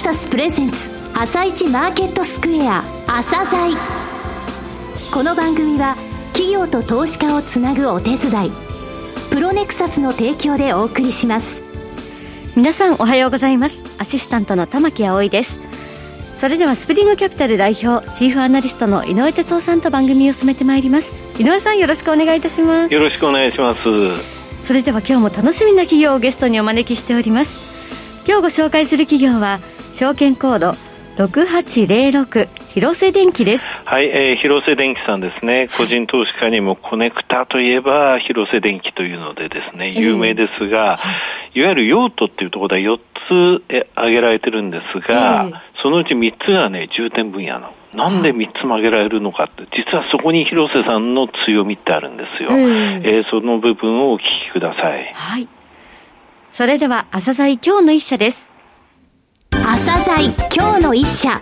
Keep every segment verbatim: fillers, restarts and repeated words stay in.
サスプレゼンツ朝一マーケットスクエア朝鮮。この番組は企業と投資家をつなぐお手伝いプロネクサスの提供でお送りします。 皆さんおはようございます。アシスタントの玉木葵です。それではスプリングキャピタル代表チーフアナリストの井上哲夫さんと番組を進めてまいります。井上さん、よろしくお願いいたします。 よろしくお願いします。 それでは今日も楽しみな企業をゲストにお招きしております。今日ご紹介する企業は証券コードろくはちぜろろく広瀬電機です。 はい、えー、広瀬電機さんですね。個人投資家にもコネクタといえば広瀬電機というのでですね、有名ですが、えー、いわゆる用途っていうところではよっつ挙げられてるんですが、えー、そのうちみっつがね重点分野の。なんでみっつも挙げられるのかって、実はそこに広瀬さんの強みってあるんですよ。えーえー、その部分をお聞きください。 はい。それでは朝鮮今日の一社です。 朝鮮今日の一社。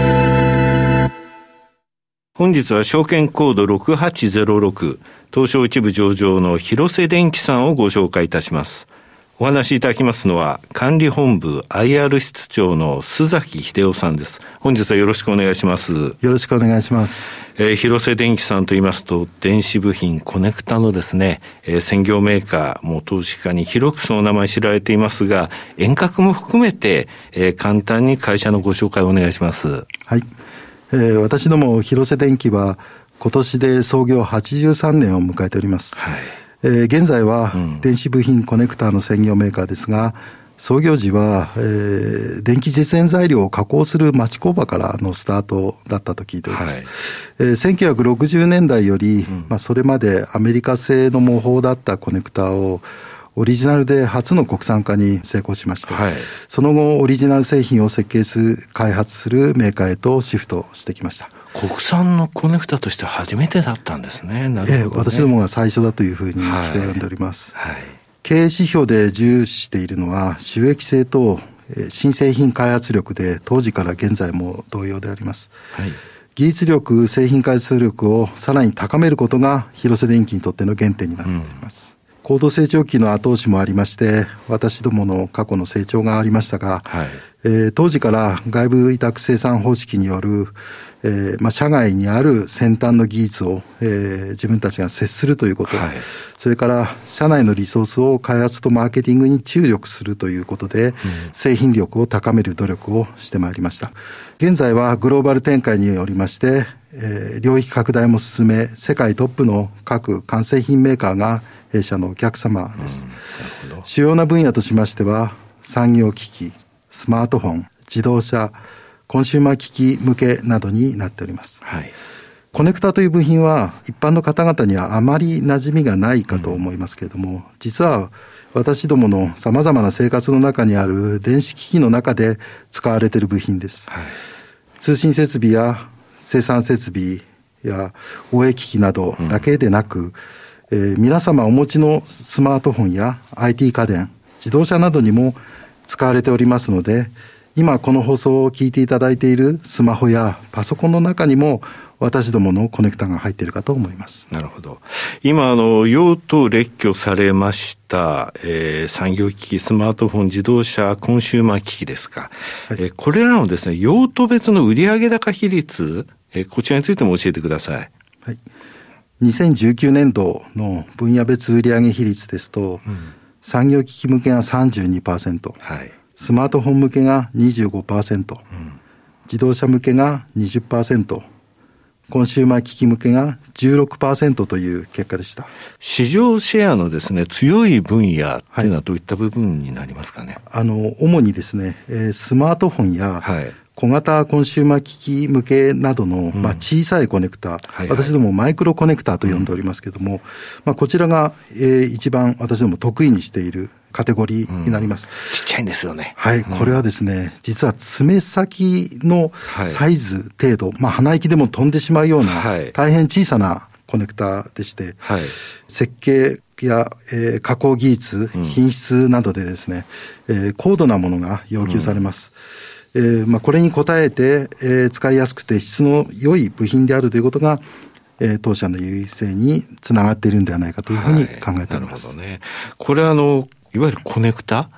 本日は証券コードろくはちぜろろく東証一部上場の広瀬電機さんをご紹介いたします。お話しいただきますのは管理本部 アイアール 室長の須崎秀夫さんです。本日はよろしくお願いします。よろしくお願いします。 えー、広瀬電機さんと言いますと電子部品コネクタのですね、えー、専業メーカーも投資家に広くその名前知られていますが、遠隔も含めて、えー、簡単に会社のご紹介をお願いします。 はい、えー、私ども広瀬電機は今年で創業はちじゅうさんねんを迎えております。はい、えー、現在は電子部品コネクタの専業メーカーですが、創業時は、えー、電気実演材料を加工する町工場からのスタートだったと聞いております。はい、えー、せんきゅうひゃくろくじゅうねんだいより、うん、まあ、それまでアメリカ製の模倣だったコネクタをオリジナルで初の国産化に成功しまして、はい、その後オリジナル製品を設計する開発するメーカーへとシフトしてきました。 国産のコネクタとして初めてだったんですね。なるほどね。 えー、私どもが最初だというふうに聞き及んでおります。はいはい、経営指標で重視しているのは収益性と新製品開発力で当時から現在も同様であります。はい、技術力、製品開発力をさらに高めることが広瀬電機にとっての原点になっています。うん、高度成長期の後押しもありまして、私どもの過去の成長がありましたが、はい、えー、当時から外部委託生産方式によるえーまあ、社外にある先端の技術を、えー、自分たちが接するということ、はい、それから社内のリソースを開発とマーケティングに注力するということで、うん、製品力を高める努力をしてまいりました。現在はグローバル展開によりまして、えー、領域拡大も進め、世界トップの各完成品メーカーが弊社のお客様です。うん、主要な分野としましては産業機器、スマートフォン、自動車、コンシューマー機器向けなどになっております。はい、コネクタという部品は一般の方々にはあまり馴染みがないかと思いますけれども、うん、実は私どもの様々な生活の中にある電子機器の中で使われている部品です。はい、通信設備や生産設備や応援機器などだけでなく、うん、えー、皆様お持ちのスマートフォンや アイティー 家電、自動車などにも使われておりますので、今この放送を聞いていただいているスマホやパソコンの中にも私どものコネクタが入っているかと思います。 なるほど。今あの用途列挙されました、えー、産業機器、スマートフォン、自動車、コンシューマー機器ですか。はい、えー、これらのですね用途別の売上高比率、えー、こちらについても教えてください。 はい。にせんじゅうきゅうねんどの分野別売上比率ですと、うん、産業機器向けが さんじゅうにパーセント。はい。スマートフォン向けが にじゅうごパーセント、うん、自動車向けが にじゅっパーセント、コンシューマー機器向けが じゅうろくパーセント という結果でした。 市場シェアのですね強い分野というのはどういった部分になりますかね。 はい、あの主にですね、えー、スマートフォンや、はい、小型コンシューマー機器向けなどの、うん、まあ、小さいコネクタ、はいはい、私どもマイクロコネクタと呼んでおりますけれども、うん、まあ、こちらが、えー、一番私ども得意にしているカテゴリーになります。うん、 ちっちゃいんですよね。 はい、これはですね、実は爪先のサイズ程度、はい、まあ鼻息でも飛んでしまうような、はい、大変小さなコネクタでして、はい、設計や、えー、加工技術、うん、品質などでですね、えー、高度なものが要求されます。うん、えーまあ、これに応えて、えー、使いやすくて質の良い部品であるということが、えー、当社の優位性につながっているんではないかというふうに考えております。 はい、なるほどね。これはあのいわゆるコネクタ、はい、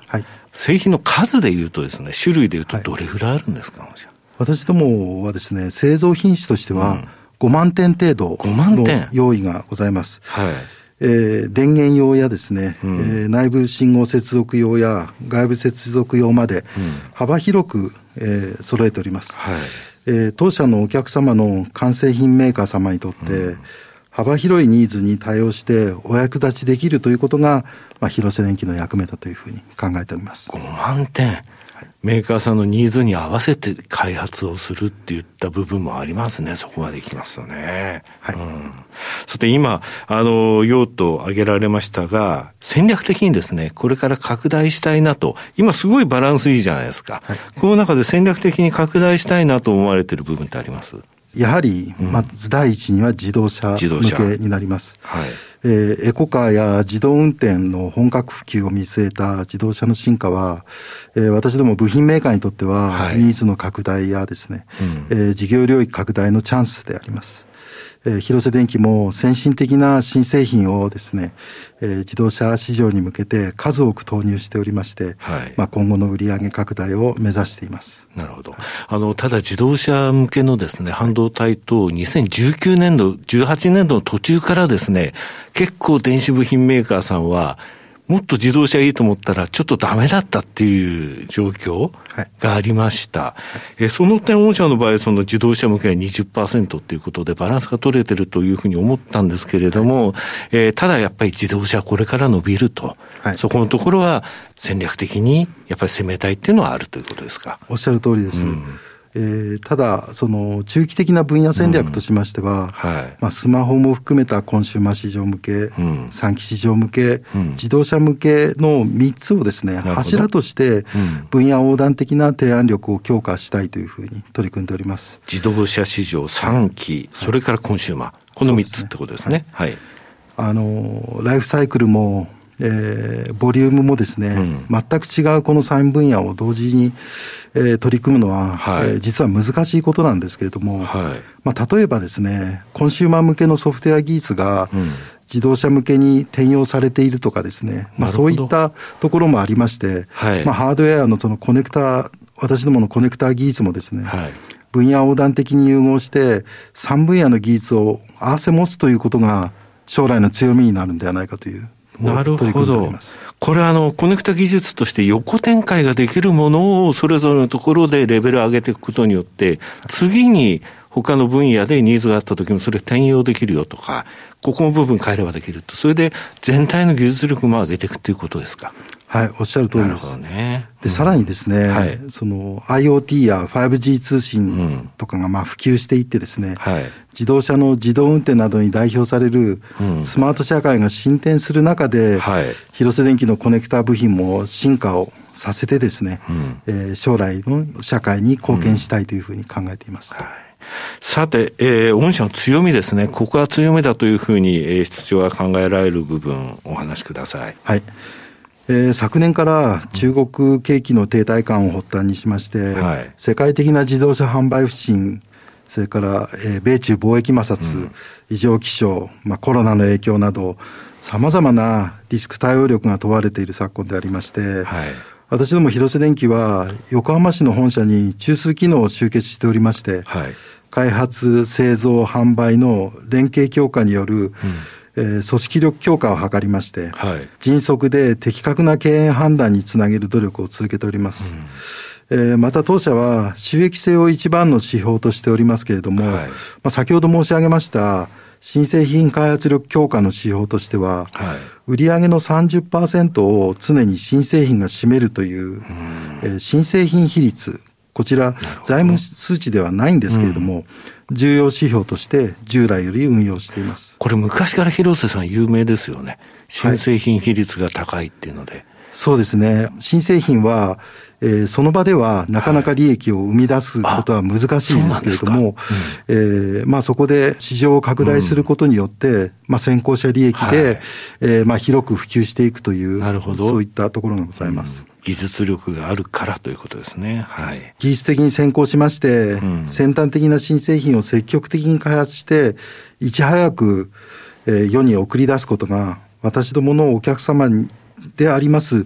製品の数でいうとですね、種類でいうとどれぐらいあるんですか？はい、 私どもはですね、製造品種としてはごまんてん程度の用意がございます。はい、えー、電源用やですね、うん、えー、内部信号接続用や外部接続用まで幅広く、えー、揃えております。はい、えー、当社のお客様の完成品メーカー様にとって、うん、幅広いニーズに対応してお役立ちできるということが、まあ、広瀬電機の役目だというふうに考えております。 ごまんてん、はい、メーカーさんのニーズに合わせて開発をするっていった部分もありますね。そこまでいきますよね。はい。うん、そして今、あの、用途挙げられましたが、戦略的にですね、これから拡大したいなと、今すごいバランスいいじゃないですか。はい、この中で戦略的に拡大したいなと思われている部分ってあります？ やはり、まず第一には自動車向けになります。はい、えー、エコカーや自動運転の本格普及を見据えた自動車の進化は、えー、私ども部品メーカーにとっては、はい、ニーズの拡大やですね、うん、えー、事業領域拡大のチャンスであります。えー、広瀬電機も先進的な新製品をですね、えー、自動車市場に向けて数多く投入しておりまして、はい、まあ、今後の売上拡大を目指しています。 なるほど。あの、ただ自動車向けのですね、半導体とにせんじゅうきゅうねんど、じゅうはちねんどの途中からですね、結構電子部品メーカーさんは、もっと自動車いいと思ったらちょっとダメだったっていう状況がありました。はい、えその点、御社の場合、その自動車向けは にじゅっパーセント ということでバランスが取れてるというふうに思ったんですけれども、はい、えー、ただやっぱり自動車これから伸びると、はい、そこのところは戦略的にやっぱり攻めたいっていうのはあるということですか？ おっしゃる通りです。うん、えー、ただ、その中期的な分野戦略としましては、うん、はい、まあ、スマホも含めたコンシューマー市場向け、うん、三期市場向け、うん、自動車向けのみっつをですね、柱として分野横断的な提案力を強化したいというふうに取り組んでおります。 自動車市場三期、はい、それからコンシューマー、このみっつってことですね。はい。 あの、ライフサイクルも、えー、ボリュームもですね、うん、全く違うこのさんぶん野を同時に、えー、取り組むのは、はい、えー、実は難しいことなんですけれども、はい、まあ、例えばですね、コンシューマー向けのソフトウェア技術が、うん、自動車向けに転用されているとかですね、まあ、そういったところもありまして、はい、まあ、ハードウェアのそのコネクター、私どものコネクター技術もですね、はい、分野横断的に融合してさんぶん野の技術を併せ持つということが将来の強みになるんではないかという。 なるほど。これはあの、コネクタ技術として横展開ができるものをそれぞれのところでレベルを上げていくことによって、次に他の分野でニーズがあった時もそれ転用できるよとか、ここの部分変えればできると。それで全体の技術力も上げていくということですか？ はい、おっしゃる通りです。なるほどね。で、うん、さらにですね、はい、その IoT や ファイブジー 通信とかがまあ普及していってですね、はい、自動車の自動運転などに代表されるスマート社会が進展する中で、うん、はい、広瀬電機のコネクタ部品も進化をさせてですね、うん、えー、将来の社会に貢献したいというふうに考えています。うん、はい、 さて、えー、御社の強みですね、ここは強みだというふうに、えー、室長が考えられる部分お話しください。 はい、えー、昨年から中国景気の停滞感を発端にしまして、はい、世界的な自動車販売不振、それから、えー、米中貿易摩擦、うん、異常気象、まあ、コロナの影響など様々なリスク対応力が問われている昨今でありまして、はい、私ども広瀬電機は横浜市の本社に中枢機能を集結しておりまして、はい、開発、製造、販売の連携強化による、うん、えー、組織力強化を図りまして、はい、迅速で的確な経営判断につなげる努力を続けております。うん、えー、また当社は収益性を一番の指標としておりますけれども、はい、まあ、先ほど申し上げました新製品開発力強化の指標としては、はい、売上の さんじゅっパーセント を常に新製品が占めるという、うん、えー、新製品比率、こちら財務数値ではないんですけれども、うん、重要指標として従来より運用しています。 これ昔から広瀬さん有名ですよね。新製品比率が高いっていうので。はい、 そうですね。新製品は、えー、その場ではなかなか利益を生み出すことは難しいんですけれども、うん、えー、まあそこで市場を拡大することによって、うん、まあ先行者利益で、はい、えー、まあ広く普及していくという、なるほど、そういったところがございます。 うん、技術力があるからということですね。はい。 技術的に先行しまして、うん、先端的な新製品を積極的に開発して、いち早く、えー、世に送り出すことが、私どものお客様であります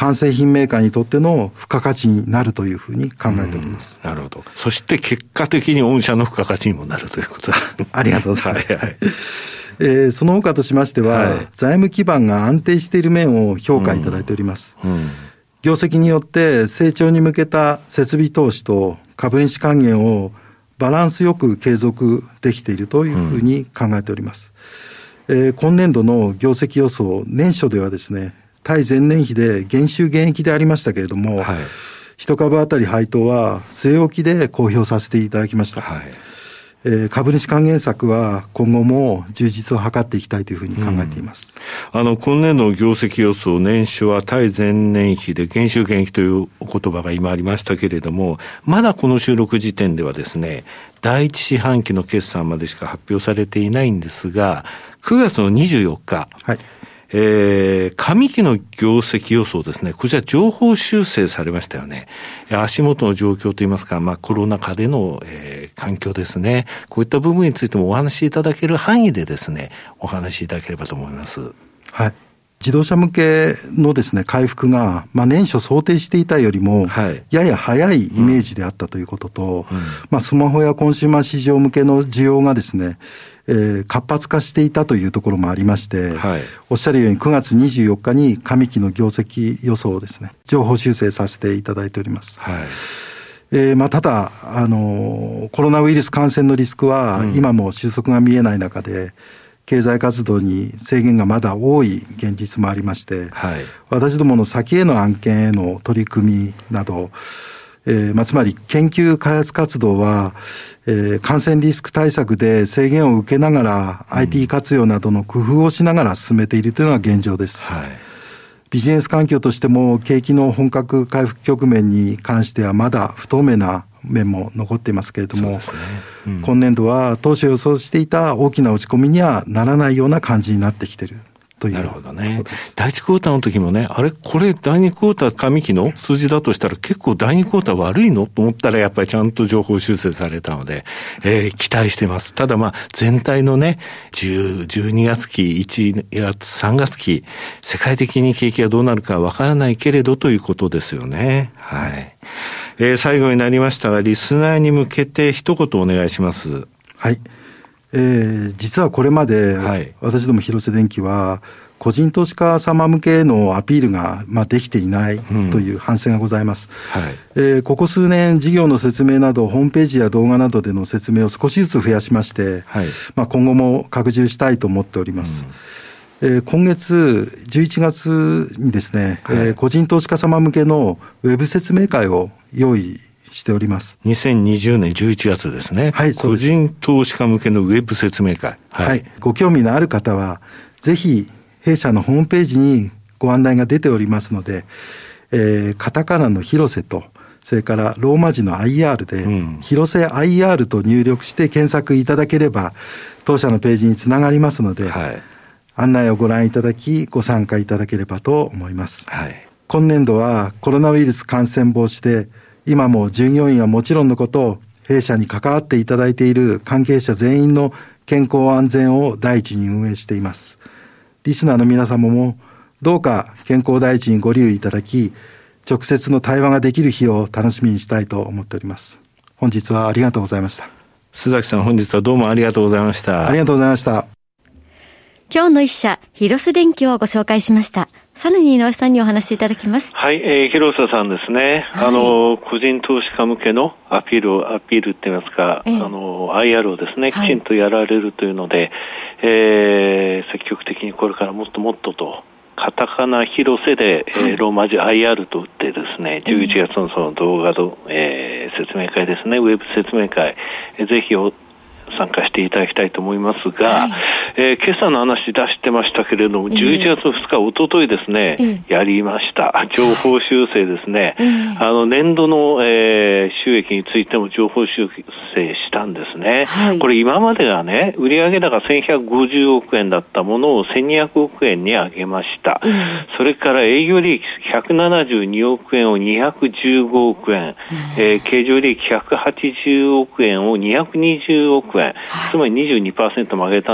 完成品メーカーにとっての付加価値になるというふうに考えております。 なるほど。そして結果的に御社の付加価値にもなるということですね。 ありがとうございます。はいはい、えー、その他としましては、はい、財務基盤が安定している面を評価いただいております。うんうん、業績によって成長に向けた設備投資と株主還元をバランスよく継続できているというふうに考えております。うんえー、今年度の業績予想、年初ではですね、対前年比で減収減益でありましたけれども、はい、一株当たり配当は据え置きで公表させていただきました。はいえー、株主還元策は今後も充実を図っていきたいというふうに考えています。 うん、あの、今年の業績予想、年初は対前年比で減収減益というお言葉が今ありましたけれども、まだこの収録時点ではですね、第一四半期の決算までしか発表されていないんですが、くがつのにじゅうよっか、はいえー、上期の業績予想ですね。こちら情報修正されましたよね。足元の状況といいますか、まあコロナ禍での、えー、環境ですね。こういった部分についてもお話しいただける範囲でですね、お話しいただければと思います。 はい。自動車向けのですね、回復が、まあ年初想定していたよりも、やや早いイメージであったということと、うんうん、まあスマホやコンシューマー市場向けの需要がですね、えー、活発化していたというところもありまして、はい、おっしゃるようにくがつにじゅうよっかに上期の業績予想をですね、情報修正させていただいております。はいえー、まあただ、あのー、コロナウイルス感染のリスクは今も収束が見えない中で、うん、経済活動に制限がまだ多い現実もありまして、はい、私どもの先への案件への取り組みなど、えーまあ、つまり研究開発活動は、えー、感染リスク対策で制限を受けながら、うん、アイティー 活用などの工夫をしながら進めているというのが現状です。はい、ビジネス環境としても景気の本格回復局面に関してはまだ不透明な面も残っていますけれども、ねうん、今年度は当初予想していた大きな落ち込みにはならないような感じになってきている。 なるほどね。第一クォーターの時もね、あれこれ第二クォーター上期の数字だとしたら結構第二クォーター悪いのと思ったらやっぱりちゃんと情報修正されたので、えー、期待してます。ただまあ全体のね、じゅう、じゅうにがつ期、いちがつ、さんがつ期、世界的に景気がどうなるかわからないけれどということですよね。はい。えー、最後になりましたが、リスナーに向けて一言お願いします。 はい。えー、実はこれまで、はい、私ども広瀬電機は個人投資家様向けのアピールが、まあ、できていないという反省がございます、うんはいえー、ここ数年事業の説明などホームページや動画などでの説明を少しずつ増やしまして、はいまあ、今後も拡充したいと思っております、うんえー、今月じゅういちがつにですね、はいえー、個人投資家様向けのウェブ説明会を用意しております。 にせんにじゅうねんじゅういちがつですね。はい、そうです。個人投資家向けのウェブ説明会。 はい。はい、ご興味のある方は、ぜひ、弊社のホームページにご案内が出ておりますので、えー、カタカナの広瀬と、それからローマ字の アイアール で、うん、広瀬 アイアール と入力して検索いただければ、当社のページにつながりますので、はい、案内をご覧いただき、ご参加いただければと思います。はい、今年度はコロナウイルス感染防止で、今も従業員はもちろんのこと、弊社に関わっていただいている関係者全員の健康安全を第一に運営しています。リスナーの皆様もどうか健康第一にご留意いただき、直接の対話ができる日を楽しみにしたいと思っております。本日はありがとうございました。 須崎さん、本日はどうもありがとうございました。 ありがとうございました。 今日の一社、広瀬電機をご紹介しました。さらに井上さんにお話しいただきます。 はい、えー、広瀬さんですね。はい、あの、個人投資家向けのアピールを、アピールって言いますか、えー、あの、アイアール をですね、きちんとやられるというので、はい、えー、積極的にこれからもっともっとと、カタカナ広瀬で、はい、えー、ローマ字 アイアール と打ってですね、じゅういちがつのその動画の、えー、説明会ですね、ウェブ説明会、えー、ぜひお参加していただきたいと思いますが、はい、えー、今朝の話出してましたけれども、じゅういちがつふつか、おとといですね、えー、やりました。情報修正ですね。えー、あの、年度の、えー、収益についても情報修正したんですね。はい、これ今までがね、売上高せんひゃくごじゅうおくえんだったものをせんにひゃくおくえんに上げました。えー、それから営業利益ひゃくななじゅうにおくえんをにひゃくじゅうごおくえん、えー、経常利益ひゃくはちじゅうおくえんをにひゃくにじゅうおくえん、つまり にじゅうにパーセント も上げたんですが、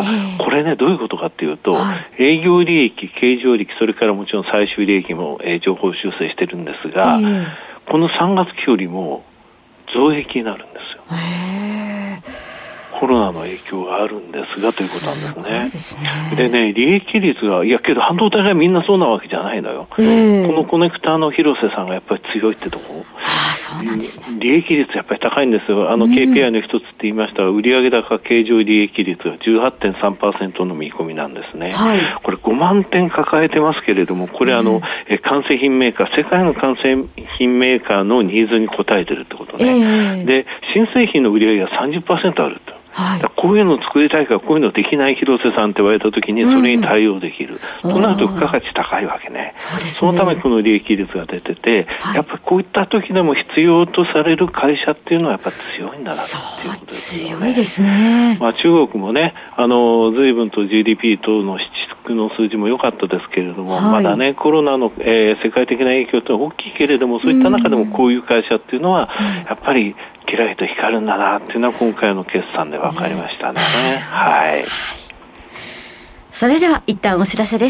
えー、これねどういうことかっていうと、はい、営業利益、経常利益、それからもちろん最終利益も、えー、情報修正してるんですが、えー、このさんがつ期よりも増益になるんですよ。へー、コロナの影響があるんですがということなんですね。ですね。でね、利益率が、いやけど半導体がみんなそうなわけじゃないのよ。このコネクターの広瀬さんがやっぱり強いってとこ。 ああ、そうなんですね。 利益率やっぱり高いんですよ。あの ケーピーアイ の一つって言いましたが、売上高経常利益率が じゅうはちてんさんパーセント の見込みなんですね。はい、これごまんてん抱えてますけれども、これあの、え完成品メーカー、世界の完成品メーカーのニーズに応えてるってことね。えー、で、新製品の売上が さんじゅっパーセント あると。はい、こういうのを作りたいからこういうのできない広瀬さんって言われたときにそれに対応できる、うん、となると付加価値高いわけね。 そうですね。そのためこの利益率が出てて、はい、やっぱりこういった時でも必要とされる会社っていうのはやっぱ強いんだなっていうことですよね。 強いですね。 まあ、中国もね、あの随分と ジーディーピー 等の支出の数字も良かったですけれども、はい、まだねコロナの、えー、世界的な影響って大きいけれども、そういった中でもこういう会社っていうのは、うん、やっぱりキラリと光るんだなっていうのは今回の決算で分かりましたね。はい。 それでは一旦お知らせです。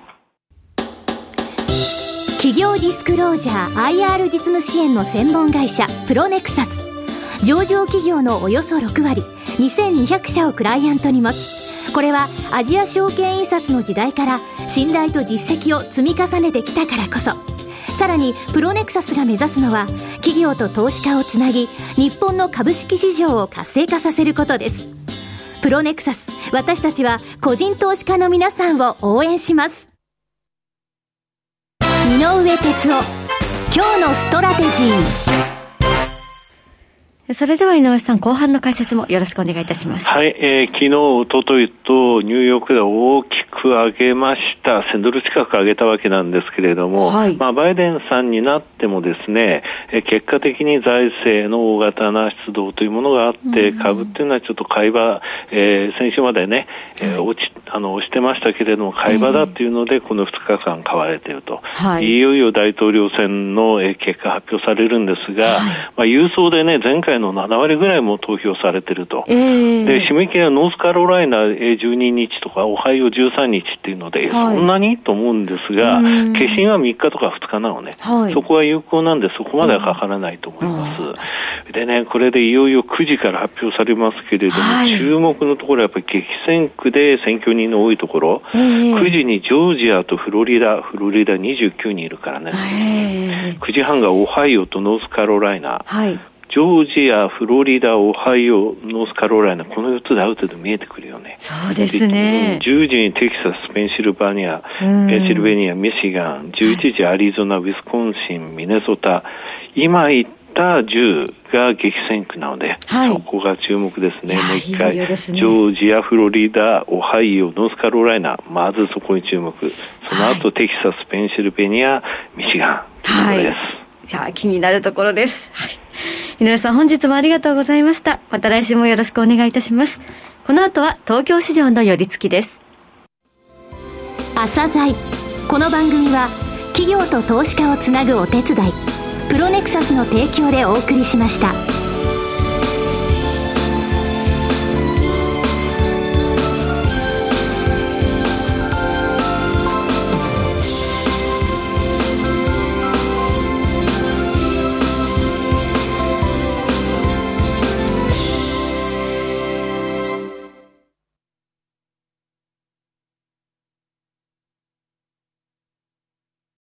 企業ディスクロージャー アイアール 実務支援の専門会社プロネクサス。上場企業のおよそろくわり、にせんにひゃくしゃをクライアントに持つ。これはアジア証券印刷の時代から信頼と実績を積み重ねてきたからこそ。さらにプロネクサスが目指すのは企業と投資家をつなぎ、日本の株式市場を活性化させることです。プロネクサス、私たちは個人投資家の皆さんを応援します。井上哲夫、今日のストラテジー。 それでは井上さん、後半の解説もよろしくお願いいたします。 はい、えー、昨日、おとといとニューヨークで大きく上げました。せんドル近く上げたわけなんですけれども、はい、まあ、バイデンさんになってもですね、えー、結果的に財政の大型な出動というものがあって、うん、株っていうのはちょっと買い場、えー、先週までね、えー、落ち、あの、押してましたけれども、買い場だっていうので、このふつかかん買われていると。はい、いよいよ大統領選の、えー、結果発表されるんですが、はい、まあ、郵送でね、前回のななわりぐらいも投票されてると、えー、で締め切りはノースカロライナじゅうににちとかオハイオじゅうさんにちっていうので、はい、そんなにと思うんですが、消印はみっかとかふつかなのね、はい、そこは有効なんでそこまではかからないと思います、うん、でね、これでいよいよくじから発表されますけれども、はい、注目のところはやっぱり激戦区で選挙人の多いところ、えー、くじにジョージアとフロリダ、フロリダにじゅうきゅうにんいるからね、えー、くじはんがオハイオとノースカロライナ、はい、ジョージア、フロリダ、オハイオ、ノースカロライナ、このよっつである程度見えてくるよね。 そうですね。 じゅうじにテキサス、ペンシルバニア、ペンシルベニア、ミシガン、じゅういちじアリゾナ、ウィスコンシン、ミネソタ、今言ったじゅうが激戦区なので、はい、そこが注目ですね。もう一回、いよいよですね、ジョージア、フロリダ、オハイオ、ノースカロライナ、まずそこに注目。その後、はい、テキサス、ペンシルベニア、ミシガン、ということです。はい、 いや、気になるところです。はい、井上さん、本日もありがとうございました。また来週もよろしくお願いいたします。この後は東京市場の寄り付きです。 朝鮮。この番組は企業と投資家をつなぐお手伝い、プロネクサスの提供でお送りしました。